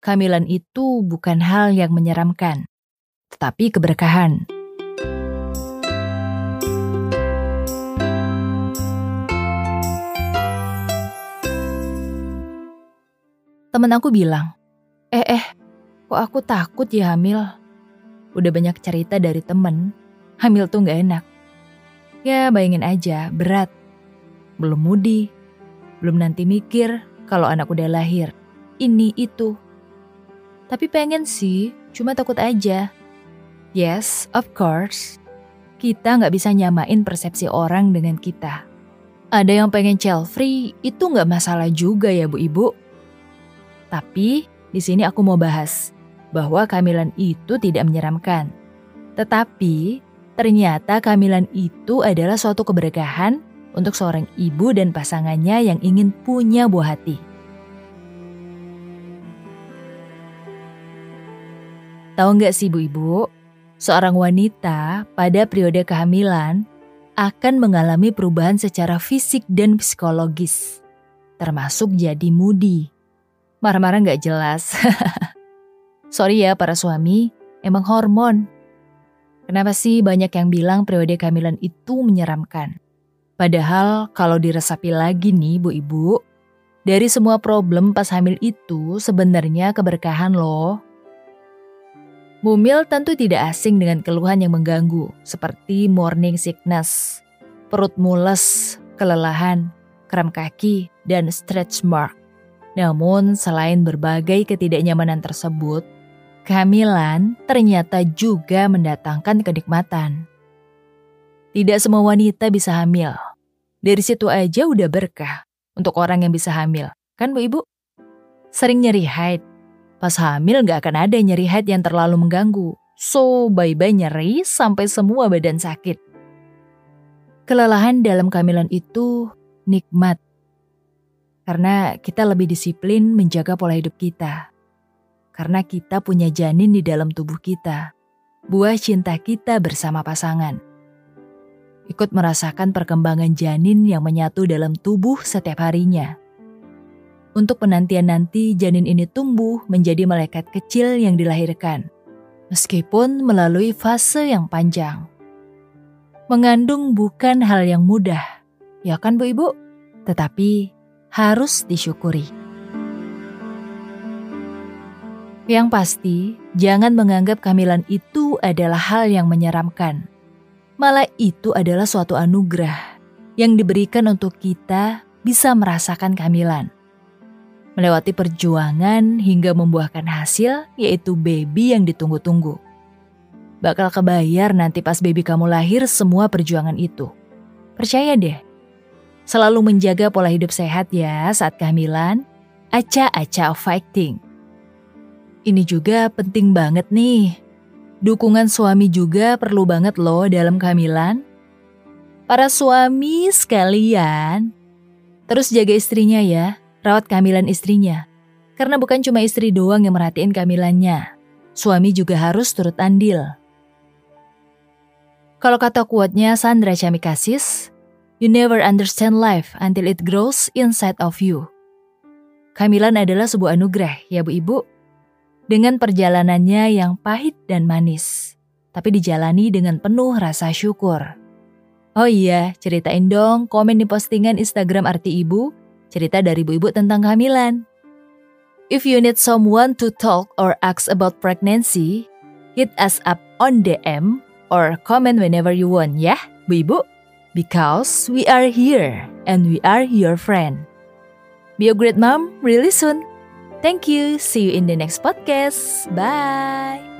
kehamilan itu bukan hal yang menyeramkan, tetapi keberkahan. Temen aku bilang, kok aku takut ya hamil? Udah banyak cerita dari temen, hamil tuh gak enak. Ya bayangin aja, berat. Belum mudi, belum nanti mikir kalau anak udah lahir. Ini, itu. Tapi pengen sih, cuma takut aja. Yes, of course. Kita gak bisa nyamain persepsi orang dengan kita. Ada yang pengen child free, itu gak masalah juga ya Bu Ibu. Tapi di sini aku mau bahas bahwa kehamilan itu tidak menyeramkan. Tetapi ternyata kehamilan itu adalah suatu keberkahan untuk seorang ibu dan pasangannya yang ingin punya buah hati. Tahu nggak sih Bu Ibu, seorang wanita pada periode kehamilan akan mengalami perubahan secara fisik dan psikologis, termasuk jadi moody. Marah-marah gak jelas. Sorry ya para suami, emang hormon. Kenapa sih banyak yang bilang periode kehamilan itu menyeramkan? Padahal kalau diresapi lagi nih Bu Ibu, dari semua problem pas hamil itu sebenarnya keberkahan loh. Mumil tentu tidak asing dengan keluhan yang mengganggu, seperti morning sickness, perut mules, kelelahan, kram kaki, dan stretch mark. Namun selain berbagai ketidaknyamanan tersebut, kehamilan ternyata juga mendatangkan kenikmatan. Tidak semua wanita bisa hamil. Dari situ aja udah berkah untuk orang yang bisa hamil. Kan Bu Ibu? Sering nyeri haid. Pas hamil gak akan ada nyeri haid yang terlalu mengganggu. So bye-bye nyeri sampai semua badan sakit. Kelelahan dalam kehamilan itu nikmat. Karena kita lebih disiplin menjaga pola hidup kita. Karena kita punya janin di dalam tubuh kita. Buah cinta kita bersama pasangan. Ikut merasakan perkembangan janin yang menyatu dalam tubuh setiap harinya. Untuk penantian nanti janin ini tumbuh menjadi malaikat kecil yang dilahirkan. Meskipun melalui fase yang panjang. Mengandung bukan hal yang mudah. Ya kan Bu Ibu? Tetapi harus disyukuri. Yang pasti, jangan menganggap kehamilan itu adalah hal yang menyeramkan. Malah itu adalah suatu anugerah yang diberikan untuk kita bisa merasakan kehamilan. Melewati perjuangan hingga membuahkan hasil, yaitu baby yang ditunggu-tunggu. Bakal kebayar nanti pas baby kamu lahir semua perjuangan itu. Percaya deh. Selalu menjaga pola hidup sehat ya saat kehamilan. Aca-aca fighting. Ini juga penting banget nih. Dukungan suami juga perlu banget loh dalam kehamilan. Para suami sekalian, terus jaga istrinya ya, rawat kehamilan istrinya. Karena bukan cuma istri doang yang merhatiin kehamilannya. Suami juga harus turut andil. Kalau kata quote-nya Sandra Chamikasis, you never understand life until it grows inside of you. Kehamilan adalah sebuah anugerah ya Bu Ibu. Dengan perjalanannya yang pahit dan manis. Tapi dijalani dengan penuh rasa syukur. Oh iya, ceritain dong komen di postingan Instagram Arti Ibu. Cerita dari Bu Ibu tentang kehamilan. If you need someone to talk or ask about pregnancy, hit us up on DM or comment whenever you want ya Bu Ibu. Because we are here and we are your friend. Be a great mom really soon. Thank you. See you in the next podcast. Bye.